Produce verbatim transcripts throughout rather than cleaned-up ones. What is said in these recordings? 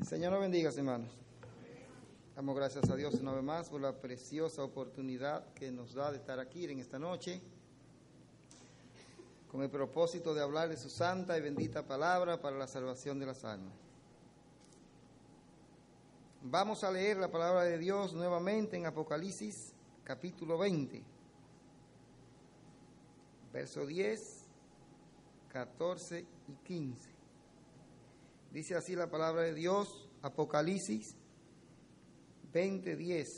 Señor nos bendiga, hermanos. Damos gracias a Dios una vez más por la preciosa oportunidad que nos da de estar aquí en esta noche, con el propósito de hablar de su santa y bendita palabra para la salvación de las almas. Vamos a leer la palabra de Dios nuevamente en Apocalipsis, capítulo veinte, verso diez, catorce y quince. Dice así la palabra de Dios, Apocalipsis veinte, diez.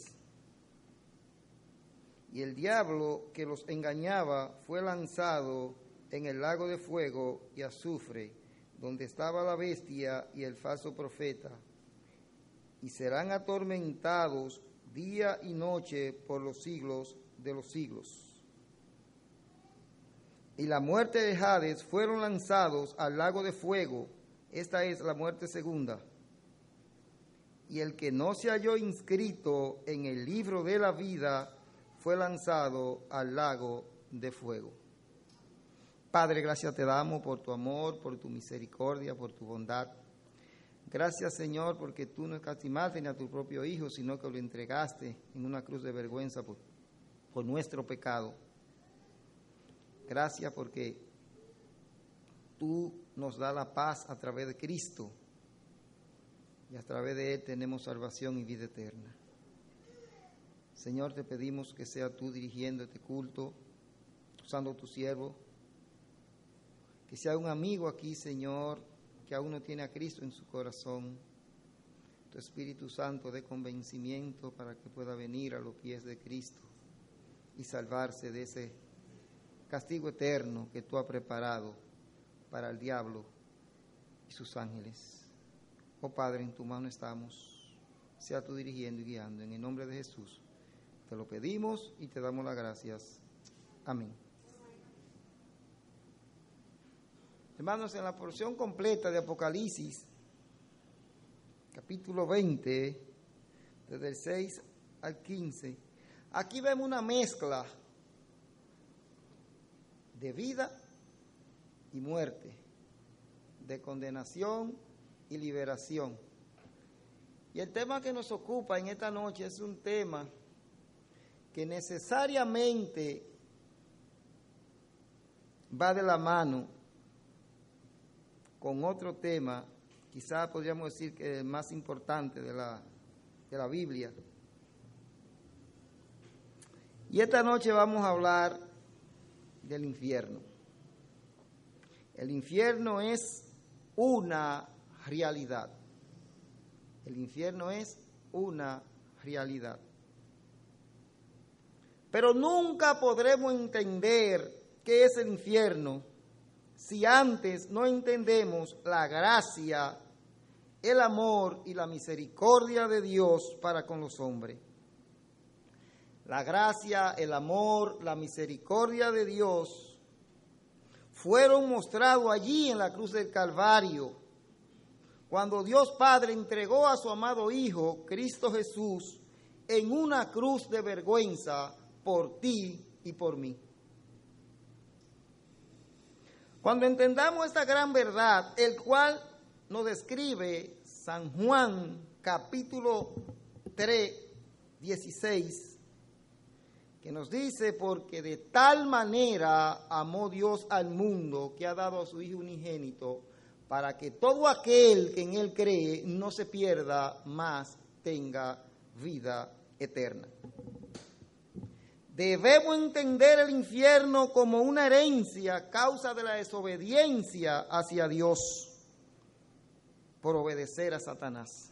Y el diablo que los engañaba fue lanzado en el lago de fuego y azufre, donde estaba la bestia y el falso profeta, y serán atormentados día y noche por los siglos de los siglos. Y la muerte de Hades fueron lanzados al lago de fuego. Esta es la muerte segunda. Y el que no se halló inscrito en el libro de la vida fue lanzado al lago de fuego. Padre, gracias te damos por tu amor, por tu misericordia, por tu bondad. Gracias, Señor, porque tú no escatimaste ni a tu propio Hijo, sino que lo entregaste en una cruz de vergüenza por, por nuestro pecado. Gracias porque tú nos das la paz a través de Cristo y a través de Él tenemos salvación y vida eterna. Señor, te pedimos que sea tú dirigiendo este culto, usando tu siervo, que sea un amigo aquí, Señor, que aún no tiene a Cristo en su corazón. Tu Espíritu Santo dé convencimiento para que pueda venir a los pies de Cristo y salvarse de ese castigo eterno que tú has preparado para el diablo y sus ángeles. Oh Padre, en tu mano estamos, sea tú dirigiendo y guiando. En el nombre de Jesús te lo pedimos y te damos las gracias. Amén. Hermanos, en la porción completa de Apocalipsis, capítulo veinte, desde el seis al quince, aquí vemos una mezcla de vida y muerte, de condenación y liberación. Y el tema que nos ocupa en esta noche es un tema que necesariamente va de la mano con otro tema, quizás podríamos decir que es el más importante de la, de la Biblia. Y esta noche vamos a hablar del infierno. El infierno es una realidad. El infierno es una realidad. Pero nunca podremos entender qué es el infierno si antes no entendemos la gracia, el amor y la misericordia de Dios para con los hombres. La gracia, el amor, la misericordia de Dios fueron mostrados allí en la cruz del Calvario, cuando Dios Padre entregó a su amado Hijo, Cristo Jesús, en una cruz de vergüenza por ti y por mí. Cuando entendamos esta gran verdad, el cual nos describe San Juan, capítulo tres, dieciséis, que nos dice, porque de tal manera amó Dios al mundo que ha dado a su Hijo unigénito, para que todo aquel que en Él cree no se pierda, mas tenga vida eterna. Debemos entender el infierno como una herencia a causa de la desobediencia hacia Dios por obedecer a Satanás.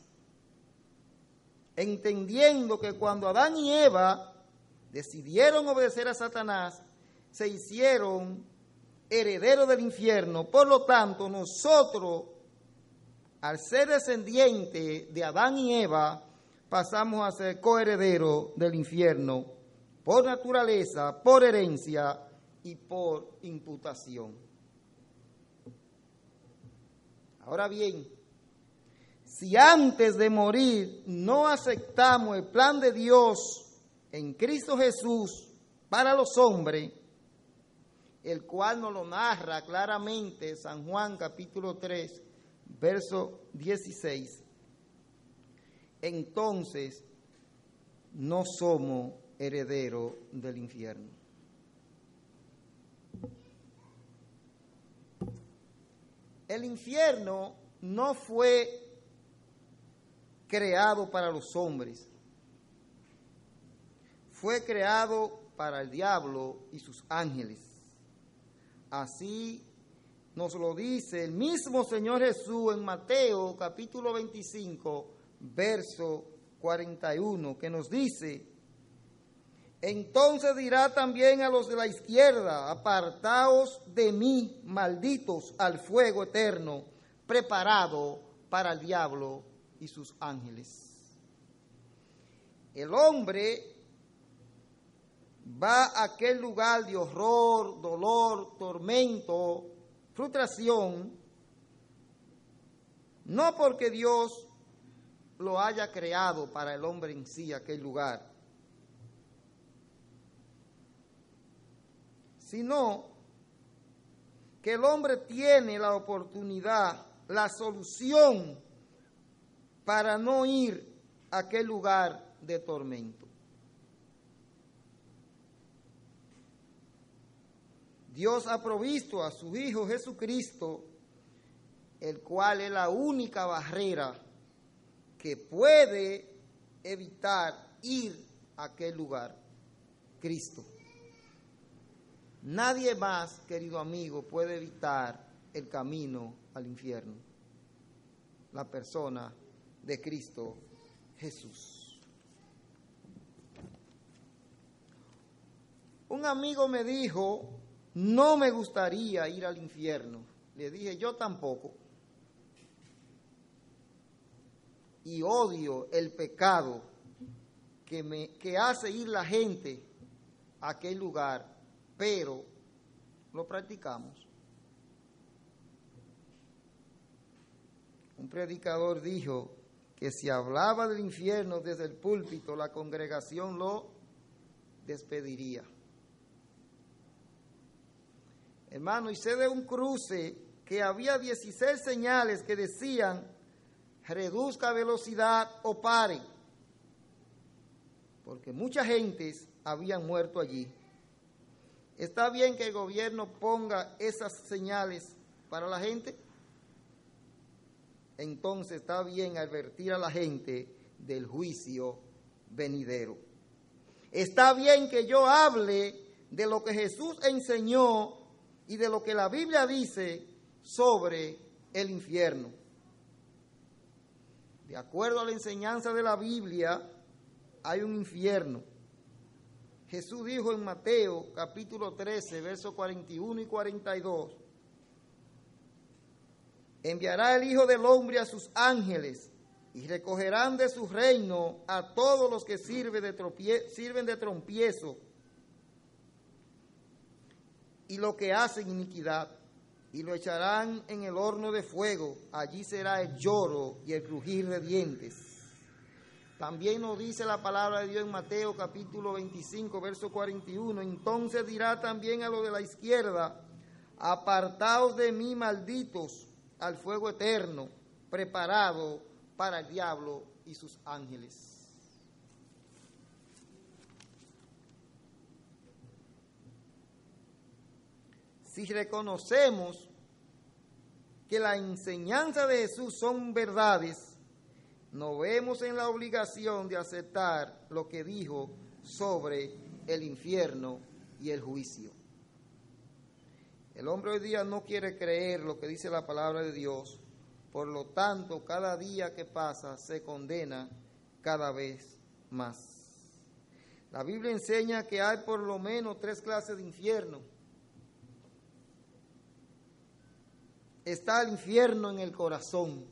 Entendiendo que cuando Adán y Eva decidieron obedecer a Satanás, se hicieron herederos del infierno. Por lo tanto, nosotros, al ser descendientes de Adán y Eva, pasamos a ser coherederos del infierno por naturaleza, por herencia y por imputación. Ahora bien, si antes de morir no aceptamos el plan de Dios en Cristo Jesús para los hombres, el cual nos lo narra claramente San Juan capítulo tres, verso dieciséis, entonces no somos herederos del infierno. El infierno no fue creado para los hombres, fue creado para el diablo y sus ángeles. Así nos lo dice el mismo Señor Jesús en Mateo capítulo veinticinco, verso cuarenta y uno, que nos dice: entonces dirá también a los de la izquierda, apartaos de mí, malditos, al fuego eterno, preparado para el diablo y sus ángeles. El hombre va a aquel lugar de horror, dolor, tormento, frustración, no porque Dios lo haya creado para el hombre en sí, aquel lugar, sino que el hombre tiene la oportunidad, la solución para no ir a aquel lugar de tormento. Dios ha provisto a su Hijo Jesucristo, el cual es la única barrera que puede evitar ir a aquel lugar, Cristo. Nadie más, querido amigo, puede evitar el camino al infierno, la persona de Cristo Jesús. Un amigo me dijo: no me gustaría ir al infierno. Le dije: yo tampoco. Y odio el pecado que, me, que hace ir la gente a aquel lugar, pero lo practicamos. Un predicador dijo que si hablaba del infierno desde el púlpito, la congregación lo despediría. Hermano, hice de un cruce que había dieciséis señales que decían: reduzca velocidad o pare, porque mucha gente había muerto allí. ¿Está bien que el gobierno ponga esas señales para la gente? Entonces está bien advertir a la gente del juicio venidero. Está bien que yo hable de lo que Jesús enseñó y de lo que la Biblia dice sobre el infierno. De acuerdo a la enseñanza de la Biblia, hay un infierno. Jesús dijo en Mateo capítulo trece, versos cuarenta y uno y cuarenta y dos: enviará el Hijo del Hombre a sus ángeles y recogerán de su reino a todos los que sirven de, tropie- sirven de trompiezo y los que hacen iniquidad, y lo echarán en el horno de fuego. Allí será el lloro y el crujir de dientes. También nos dice la palabra de Dios en Mateo capítulo veinticinco, verso cuarenta y uno: entonces dirá también a los de la izquierda: apartaos de mí, malditos, al fuego eterno, preparado para el diablo y sus ángeles. Si reconocemos que la enseñanza de Jesús son verdades, nos vemos en la obligación de aceptar lo que dijo sobre el infierno y el juicio. El hombre hoy día no quiere creer lo que dice la palabra de Dios, por lo tanto, cada día que pasa se condena cada vez más. La Biblia enseña que hay por lo menos tres clases de infierno. Está el infierno en el corazón.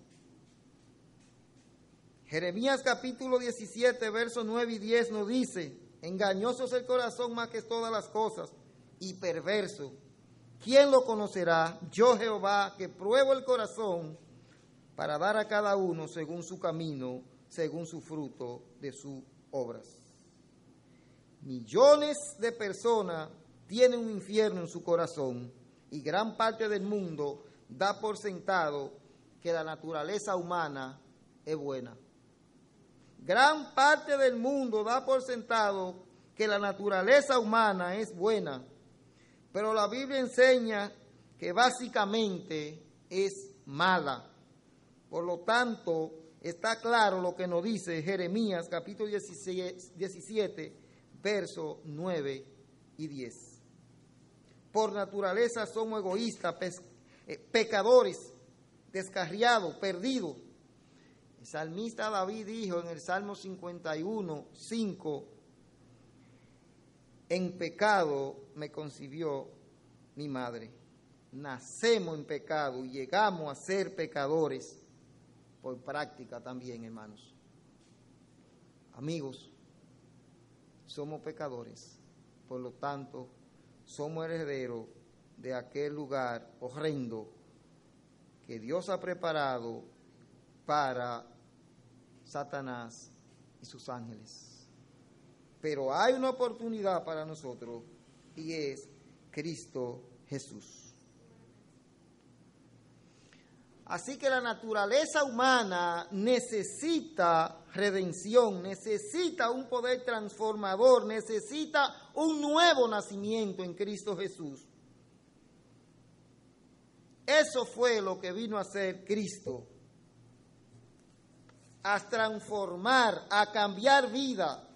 Jeremías capítulo diecisiete, versos nueve y diez nos dice: engañoso es el corazón más que todas las cosas y perverso. ¿Quién lo conocerá? Yo, Jehová, que pruebo el corazón para dar a cada uno según su camino, según su fruto de sus obras. Millones de personas tienen un infierno en su corazón y gran parte del mundo da por sentado que la naturaleza humana es buena. Gran parte del mundo da por sentado que la naturaleza humana es buena, pero la Biblia enseña que básicamente es mala. Por lo tanto, está claro lo que nos dice Jeremías capítulo diecisiete, versos nueve y diez. Por naturaleza somos egoístas, pecadores, descarriados, perdidos. El salmista David dijo en el Salmo cincuenta y uno, cinco, en pecado me concibió mi madre. Nacemos en pecado y llegamos a ser pecadores por práctica también, hermanos. Amigos, somos pecadores, por lo tanto, somos herederos de aquel lugar horrendo que Dios ha preparado para Satanás y sus ángeles. Pero hay una oportunidad para nosotros y es Cristo Jesús. Así que la naturaleza humana necesita redención, necesita un poder transformador, necesita un nuevo nacimiento en Cristo Jesús. Eso fue lo que vino a hacer Cristo, a transformar, a cambiar vida,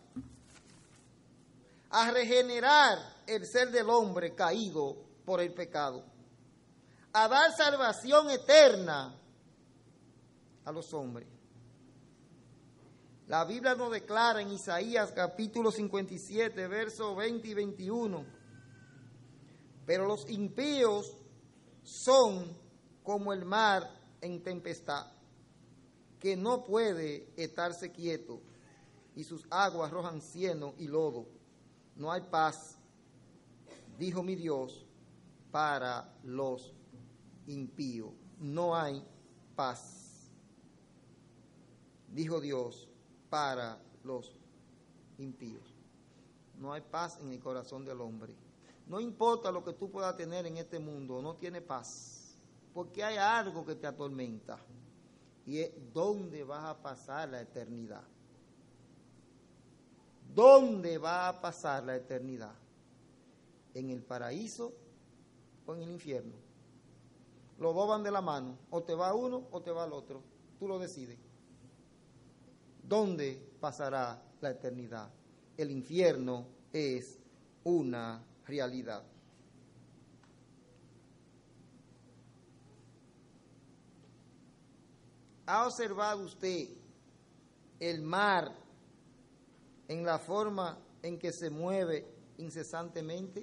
a regenerar el ser del hombre caído por el pecado, a dar salvación eterna a los hombres. La Biblia nos declara en Isaías capítulo cincuenta y siete, versos veinte y veintiuno, pero los impíos son como el mar en tempestad, que no puede estarse quieto, y sus aguas arrojan cieno y lodo. No hay paz, dijo mi Dios, para los impíos. No hay paz, dijo Dios, para los impíos. No hay paz en el corazón del hombre. No importa lo que tú puedas tener en este mundo, no tiene paz, porque hay algo que te atormenta, y es dónde vas a pasar la eternidad. ¿Dónde va a pasar la eternidad? ¿En el paraíso o en el infierno? Los dos van de la mano, o te va uno o te va el otro, tú lo decides. ¿Dónde pasará la eternidad? El infierno es una realidad. ¿Ha observado usted el mar en la forma en que se mueve incesantemente?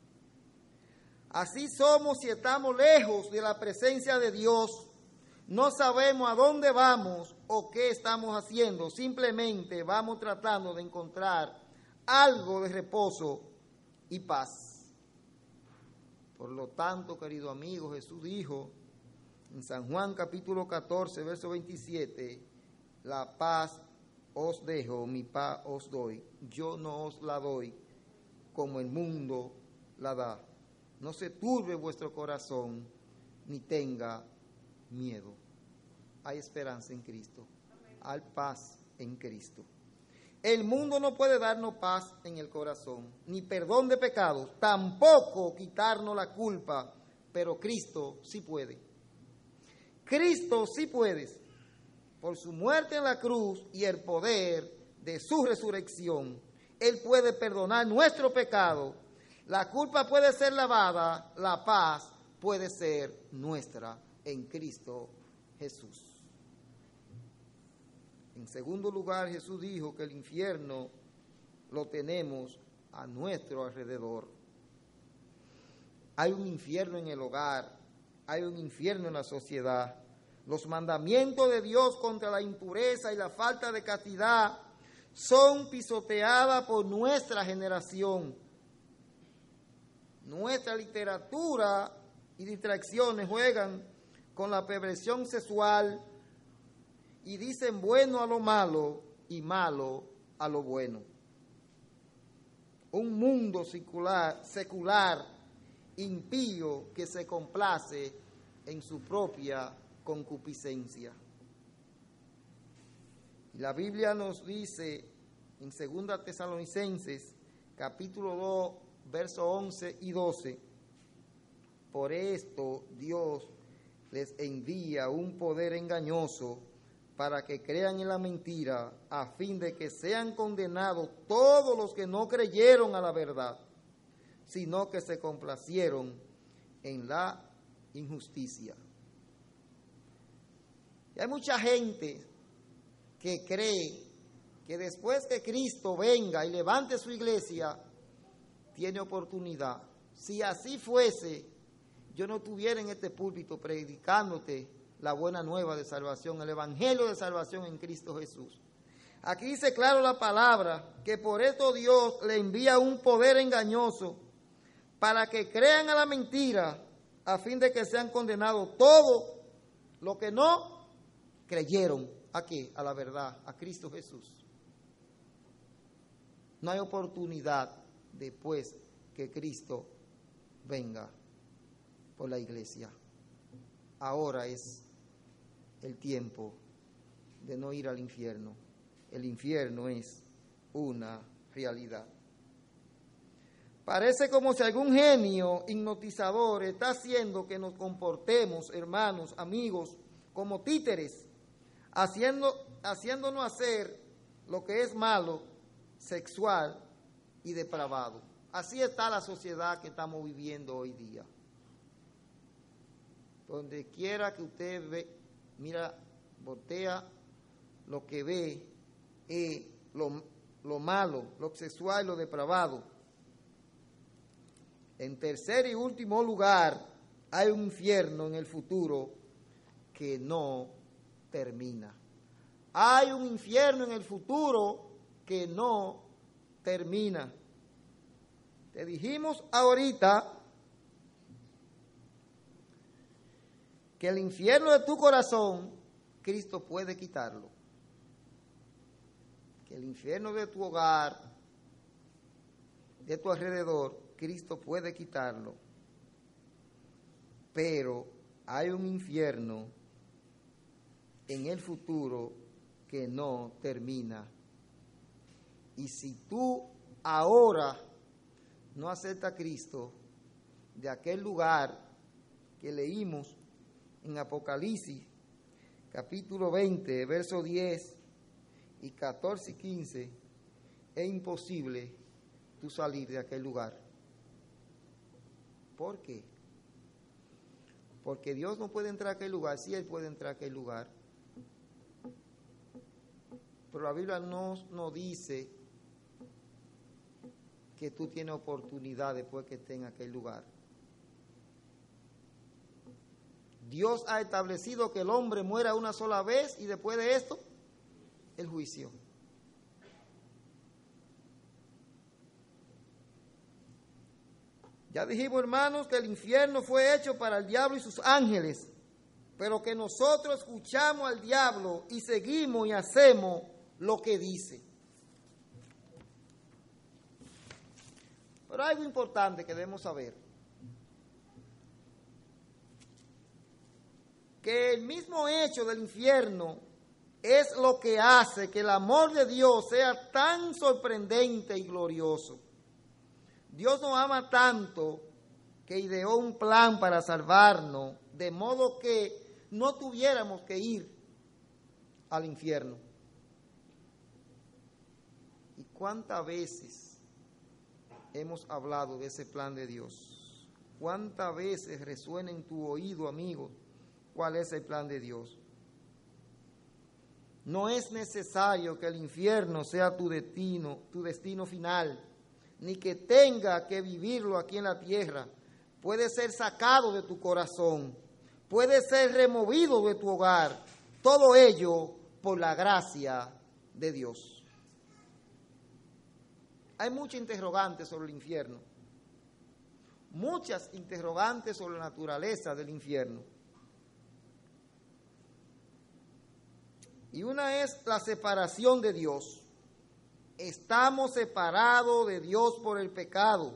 Así somos si estamos lejos de la presencia de Dios. No sabemos a dónde vamos o qué estamos haciendo. Simplemente vamos tratando de encontrar algo de reposo y paz. Por lo tanto, querido amigo, Jesús dijo en San Juan capítulo catorce, verso veintisiete, la paz os dejo, mi paz os doy. Yo no os la doy como el mundo la da. No se turbe vuestro corazón, ni tenga miedo. Hay esperanza en Cristo. Hay paz en Cristo. El mundo no puede darnos paz en el corazón, ni perdón de pecados, tampoco quitarnos la culpa, pero Cristo sí puede. Cristo sí puede, por su muerte en la cruz y el poder de su resurrección. Él puede perdonar nuestro pecado. La culpa puede ser lavada, la paz puede ser nuestra en Cristo Jesús. En segundo lugar, Jesús dijo que el infierno lo tenemos a nuestro alrededor. Hay un infierno en el hogar, hay un infierno en la sociedad. Los mandamientos de Dios contra la impureza y la falta de castidad son pisoteadas por nuestra generación. Nuestra literatura y distracciones juegan con la perversión sexual y dicen bueno a lo malo y malo a lo bueno. Un mundo secular, secular, impío, que se complace en su propia concupiscencia. La Biblia nos dice en segunda Tesalonicenses, capítulo dos, versos once y doce, por esto Dios les envía un poder engañoso para que crean en la mentira, a fin de que sean condenados todos los que no creyeron a la verdad, sino que se complacieron en la injusticia. Y hay mucha gente que cree que después que Cristo venga y levante su iglesia, tiene oportunidad. Si así fuese, yo no estuviera en este púlpito predicándote la buena nueva de salvación, el evangelio de salvación en Cristo Jesús. Aquí dice claro la palabra, que por esto Dios le envía un poder engañoso para que crean a la mentira, a fin de que sean condenados todos los que no creyeron. ¿A qué? A la verdad, a Cristo Jesús. No hay oportunidad después que Cristo venga por la iglesia. Ahora es el tiempo de no ir al infierno. El infierno es una realidad. Parece como si algún genio hipnotizador está haciendo que nos comportemos, hermanos, amigos, como títeres, haciendo, haciéndonos hacer lo que es malo, sexual y depravado. Así está la sociedad que estamos viviendo hoy día. Donde quiera que usted ve, mira, voltea, lo que ve es lo, lo malo, lo sexual y lo depravado. En tercer y último lugar, hay un infierno en el futuro que no termina. Hay un infierno en el futuro que no termina. Te dijimos ahorita que el infierno de tu corazón, Cristo puede quitarlo. Que el infierno de tu hogar, de tu alrededor, Cristo puede quitarlo. Pero hay un infierno en el futuro que no termina. Y si tú ahora no aceptas a Cristo, de aquel lugar que leímos en Apocalipsis, capítulo veinte, versos diez y catorce y quince, es imposible tú salir de aquel lugar. ¿Por qué? Porque Dios no puede entrar a aquel lugar, sí Él puede entrar a aquel lugar. Pero la Biblia no nos dice que tú tienes oportunidad después que estés en aquel lugar. Dios ha establecido que el hombre muera una sola vez y después de esto, el juicio. Ya dijimos, hermanos, que el infierno fue hecho para el diablo y sus ángeles, pero que nosotros escuchamos al diablo y seguimos y hacemos lo que dice. Pero hay algo importante que debemos saber. Que el mismo hecho del infierno es lo que hace que el amor de Dios sea tan sorprendente y glorioso. Dios nos ama tanto que ideó un plan para salvarnos, de modo que no tuviéramos que ir al infierno. ¿Y cuántas veces hemos hablado de ese plan de Dios? ¿Cuántas veces resuena en tu oído, amigo, cuál es el plan de Dios? No es necesario que el infierno sea tu destino, tu destino final, ni que tenga que vivirlo aquí en la tierra. Puede ser sacado de tu corazón, puede ser removido de tu hogar, todo ello por la gracia de Dios. Hay muchas interrogantes sobre el infierno, muchas interrogantes sobre la naturaleza del infierno. Y una es la separación de Dios. Estamos separados de Dios por el pecado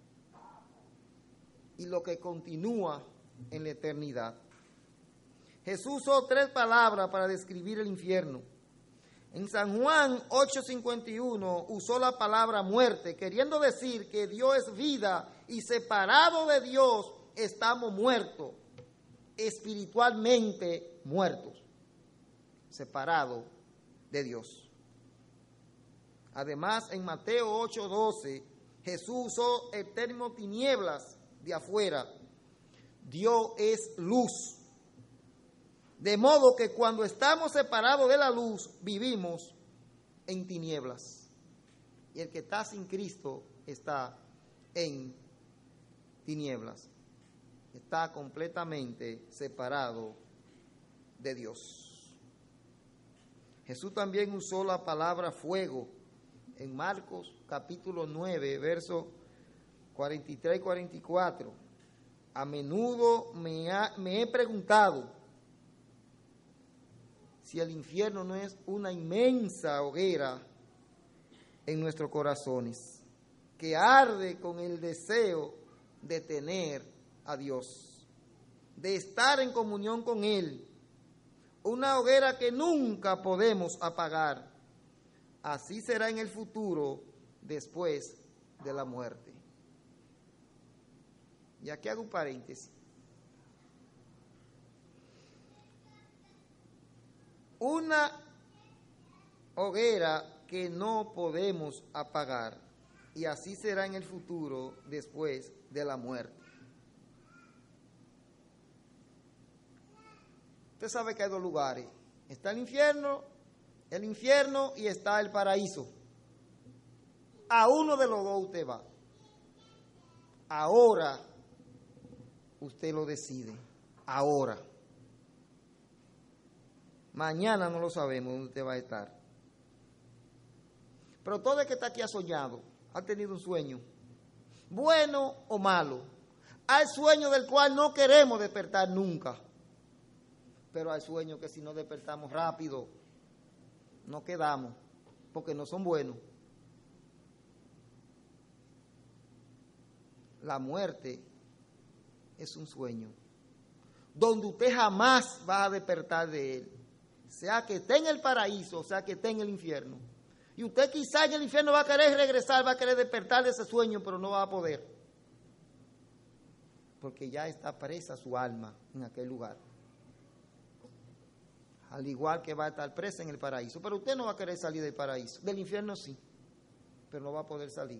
y lo que continúa en la eternidad. Jesús usó tres palabras para describir el infierno. En San Juan ocho cincuenta y uno usó la palabra muerte, queriendo decir que Dios es vida y separado de Dios estamos muertos, espiritualmente muertos, separados de Dios. Además, en Mateo ocho doce, Jesús usó el término tinieblas de afuera. Dios es luz. De modo que cuando estamos separados de la luz, vivimos en tinieblas. Y el que está sin Cristo está en tinieblas. Está completamente separado de Dios. Jesús también usó la palabra fuego en Marcos capítulo nueve, versos cuarenta y tres y cuarenta y cuatro. A menudo me, ha, me he preguntado si el infierno no es una inmensa hoguera en nuestros corazones, que arde con el deseo de tener a Dios, de estar en comunión con Él, una hoguera que nunca podemos apagar. Así será en el futuro después de la muerte. Y aquí hago un paréntesis. Una hoguera que no podemos apagar, y así será en el futuro después de la muerte. Usted sabe que hay dos lugares. Está el infierno, el infierno y está el paraíso. A uno de los dos usted va. Ahora usted lo decide. Ahora. Mañana no lo sabemos dónde usted va a estar. Pero todo el que está aquí ha soñado, ha tenido un sueño, bueno o malo. Hay sueños del cual no queremos despertar nunca. Pero hay sueños que si no despertamos rápido, no quedamos, porque no son buenos. La muerte es un sueño, donde usted jamás va a despertar de él. Sea que esté en el paraíso, sea que esté en el infierno. Y usted quizá en el infierno va a querer regresar, va a querer despertar de ese sueño, pero no va a poder. Porque ya está presa su alma en aquel lugar. Al igual que va a estar presa en el paraíso. Pero usted no va a querer salir del paraíso. Del infierno sí, pero no va a poder salir.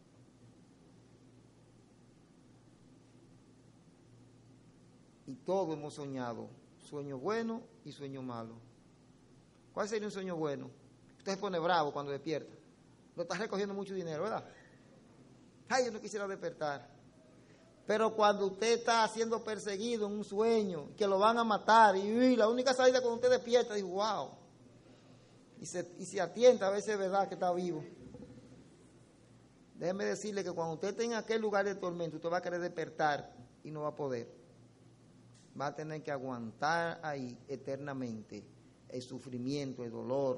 Y todos hemos soñado, sueño bueno y sueño malo. ¿Cuál sería un sueño bueno? Usted se pone bravo cuando despierta. No está recogiendo mucho dinero, ¿verdad? Ay, yo no quisiera despertar. Pero cuando usted está siendo perseguido en un sueño, que lo van a matar, y, y la única salida cuando usted despierta, dice, wow. Y se, y se atienta, a veces es verdad que está vivo. Déjeme decirle que cuando usted esté en aquel lugar de tormento, usted va a querer despertar y no va a poder. Va a tener que aguantar ahí eternamente el sufrimiento, el dolor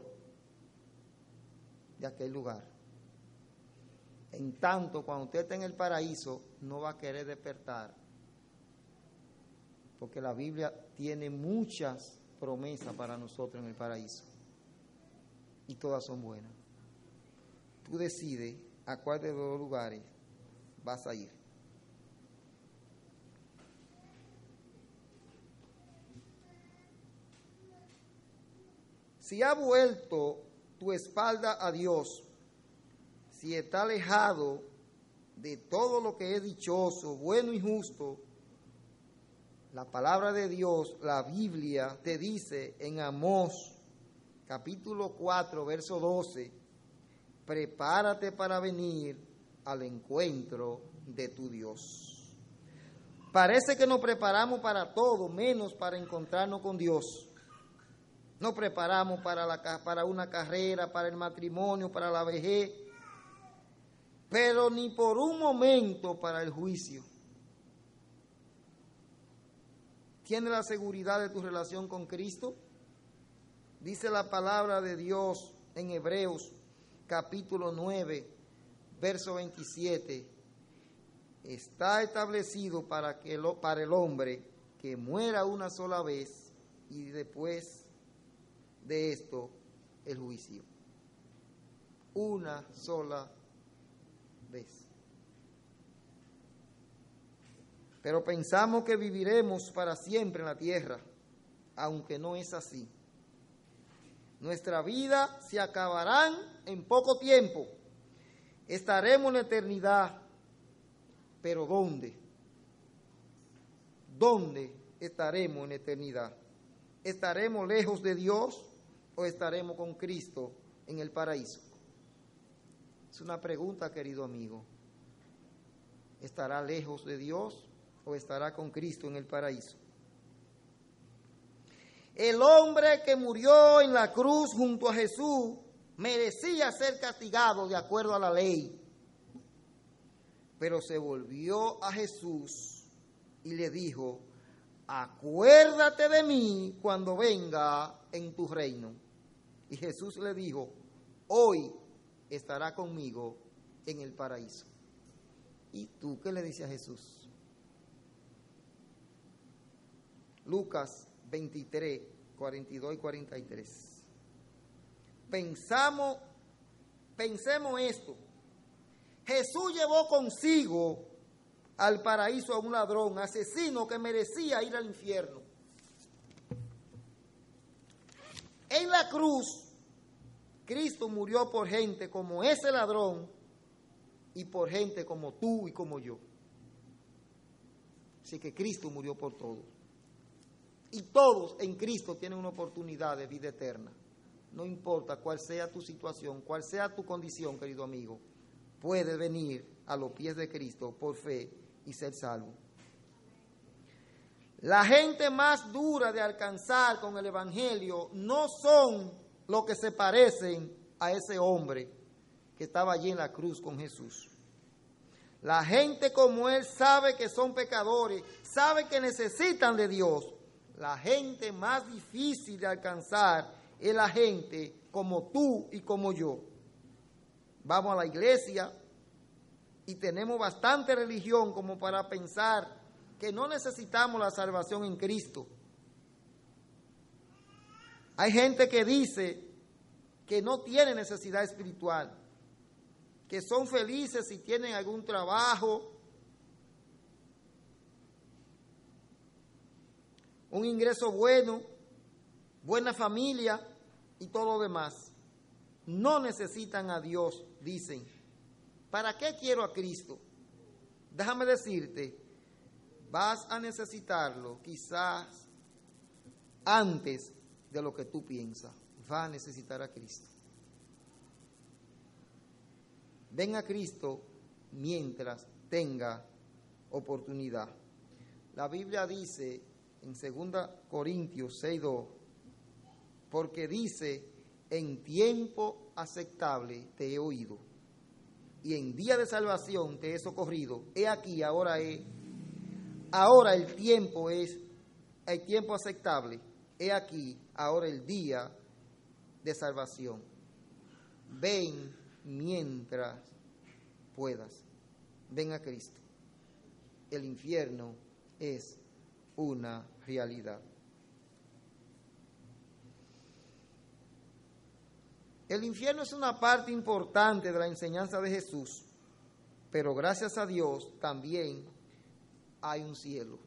de aquel lugar. En tanto, cuando usted esté en el paraíso, no va a querer despertar, porque la Biblia tiene muchas promesas para nosotros en el paraíso, y todas son buenas. Tú decides a cuál de los dos lugares vas a ir. Si ha vuelto tu espalda a Dios, si está alejado de todo lo que es dichoso, bueno y justo, la palabra de Dios, la Biblia, te dice en Amós, capítulo cuatro, verso doce, prepárate para venir al encuentro de tu Dios. Parece que nos preparamos para todo, menos para encontrarnos con Dios. Nos preparamos para, la, para una carrera, para el matrimonio, para la vejez, pero ni por un momento para el juicio. ¿Tienes la seguridad de tu relación con Cristo? Dice la palabra de Dios en Hebreos capítulo nueve, verso veintisiete. Está establecido para, que lo, para el hombre que muera una sola vez y después de esto el juicio. Una sola vez. Pero pensamos que viviremos para siempre en la tierra, aunque no es así. Nuestra vida se acabará en poco tiempo. Estaremos en la eternidad. ¿Pero dónde? ¿Dónde estaremos en la eternidad? ¿Estaremos lejos de Dios o estaremos con Cristo en el paraíso? Es una pregunta, querido amigo. ¿Estará lejos de Dios o estará con Cristo en el paraíso? El hombre que murió en la cruz junto a Jesús merecía ser castigado de acuerdo a la ley, pero se volvió a Jesús y le dijo: acuérdate de mí cuando venga en tu reino. Y Jesús le dijo: hoy estará conmigo en el paraíso. ¿Y tú qué le dices a Jesús? Lucas veintitrés, cuarenta y dos y cuarenta y tres. Pensamos, pensemos esto. Jesús llevó consigo al paraíso a un ladrón, asesino que merecía ir al infierno. En la cruz, Cristo murió por gente como ese ladrón y por gente como tú y como yo. Así que Cristo murió por todos. Y todos en Cristo tienen una oportunidad de vida eterna. No importa cuál sea tu situación, cuál sea tu condición, querido amigo, puedes venir a los pies de Cristo por fe y ser salvo. La gente más dura de alcanzar con el Evangelio no son los que se parecen a ese hombre que estaba allí en la cruz con Jesús. La gente como él sabe que son pecadores, sabe que necesitan de Dios. La gente más difícil de alcanzar es la gente como tú y como yo. Vamos a la iglesia y tenemos bastante religión como para pensar que no necesitamos la salvación en Cristo. Hay gente que dice que no tiene necesidad espiritual, que son felices si tienen algún trabajo, un ingreso bueno, buena familia y todo lo demás. No necesitan a Dios, dicen. ¿Para qué quiero a Cristo? Déjame decirte, vas a necesitarlo quizás antes de lo que tú piensas. Vas a necesitar a Cristo. Ven a Cristo mientras tenga oportunidad. La Biblia dice en segunda Corintios seis dos, porque dice: en tiempo aceptable te he oído, y en día de salvación te he socorrido. He aquí, ahora es, ahora el tiempo es, el tiempo aceptable. He aquí, ahora el día de salvación. Ven mientras puedas. Ven a Cristo. El infierno es una realidad. El infierno es una parte importante de la enseñanza de Jesús, pero gracias a Dios también hay un cielo.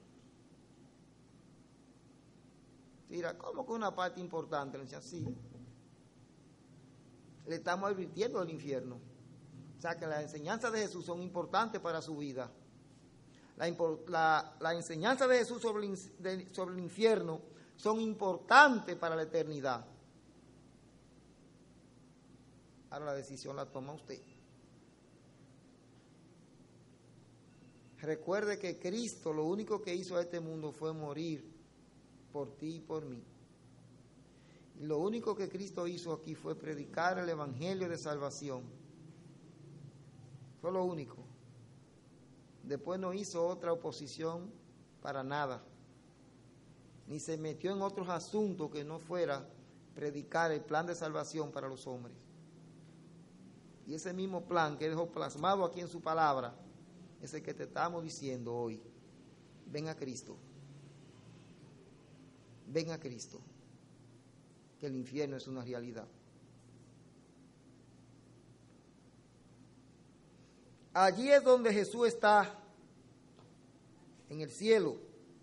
Mira, ¿cómo que una parte importante? Sí, le estamos advirtiendo del infierno. O sea que las enseñanzas de Jesús son importantes para su vida. La, la, la enseñanza de Jesús sobre el, de, sobre el infierno son importantes para la eternidad. Ahora la decisión la toma usted. Recuerde que Cristo lo único que hizo a este mundo fue morir por ti y por mí. Y lo único que Cristo hizo aquí fue predicar el evangelio de salvación. Fue lo único. Después no hizo otra oposición para nada. Ni se metió en otros asuntos que no fuera predicar el plan de salvación para los hombres. Y ese mismo plan que dejó plasmado aquí en su palabra es el que te estamos diciendo hoy. Ven a Cristo. Ven a Cristo. Que el infierno es una realidad. Allí es donde Jesús está, en el cielo.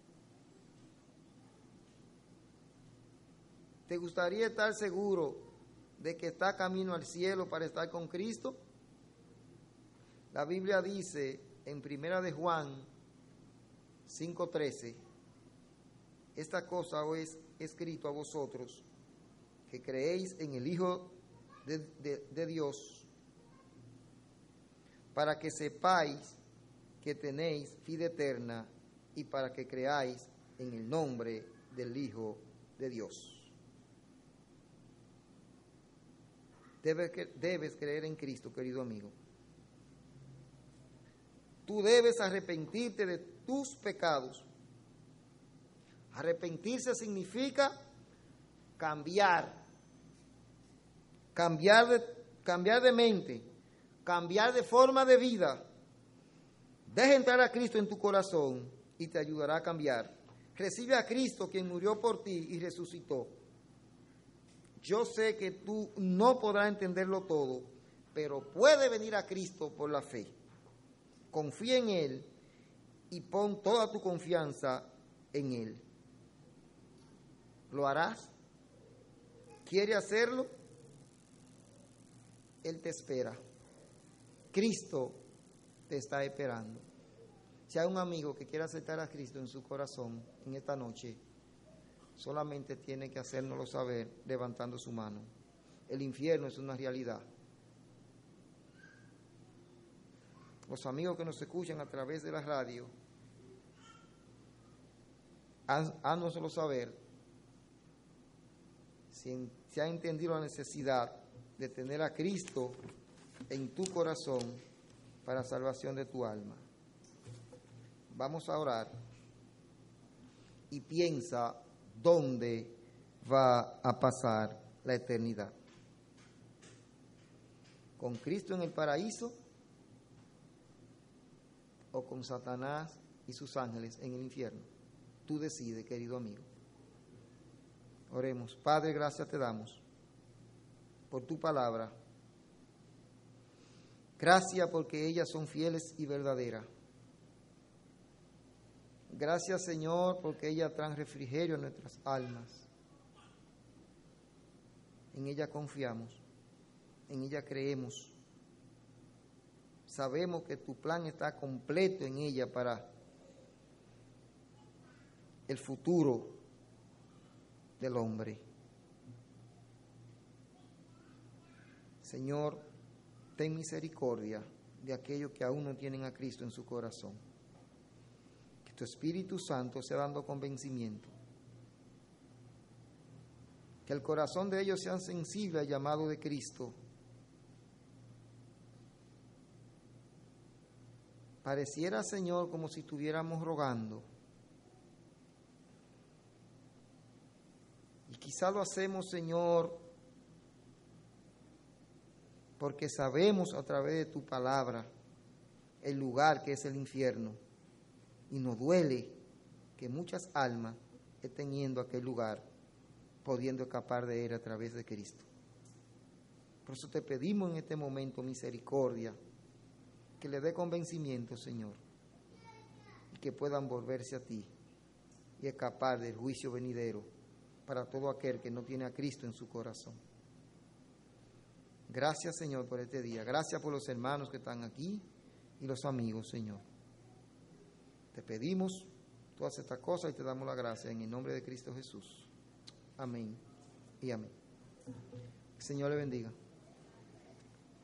¿Te gustaría estar seguro de que está camino al cielo para estar con Cristo? La Biblia dice en Primera de Juan cinco trece, esta cosa os es escrito a vosotros, que creéis en el Hijo de, de, de Dios, para que sepáis que tenéis vida eterna y para que creáis en el nombre del Hijo de Dios. Debes, debes creer en Cristo, querido amigo. Tú debes arrepentirte de tus pecados. Arrepentirse significa cambiar. Cambiar de, cambiar de mente. Cambiar de forma de vida. Deja entrar a Cristo en tu corazón y te ayudará a cambiar. Recibe a Cristo, quien murió por ti y resucitó. Yo sé que tú no podrás entenderlo todo, pero puedes venir a Cristo por la fe. Confía en Él y pon toda tu confianza en Él. ¿Lo harás? ¿Quiere hacerlo? Él te espera. Cristo te está esperando. Si hay un amigo que quiera aceptar a Cristo en su corazón en esta noche, solamente tiene que hacérnoslo saber levantando su mano. El infierno es una realidad. Los amigos que nos escuchan a través de la radio, háganoslo saber si, si ha entendido la necesidad de tener a Cristo en tu corazón para salvación de tu alma. Vamos a orar y piensa dónde va a pasar la eternidad. ¿Con Cristo en el paraíso o con Satanás y sus ángeles en el infierno? Tú decides, querido amigo. Oremos. Padre, gracias te damos por tu palabra. Gracias porque ellas son fieles y verdaderas. Gracias, Señor, porque ellas traen refrigerio a nuestras almas. En ella confiamos, en ella creemos. Sabemos que tu plan está completo en ella para el futuro del hombre. Señor, ten misericordia de aquellos que aún no tienen a Cristo en su corazón. Que tu Espíritu Santo sea dando convencimiento. Que el corazón de ellos sea sensible al llamado de Cristo. Pareciera, Señor, como si estuviéramos rogando. Y quizá lo hacemos, Señor, porque sabemos a través de tu palabra el lugar que es el infierno. Y nos duele que muchas almas estén yendo a aquel lugar, pudiendo escapar de él a través de Cristo. Por eso te pedimos en este momento misericordia, que le dé convencimiento, Señor, y que puedan volverse a ti y escapar del juicio venidero para todo aquel que no tiene a Cristo en su corazón. Gracias, Señor, por este día. Gracias por los hermanos que están aquí y los amigos, Señor. Te pedimos todas estas cosas y te damos la gracia en el nombre de Cristo Jesús. Amén y amén. Que el Señor le bendiga.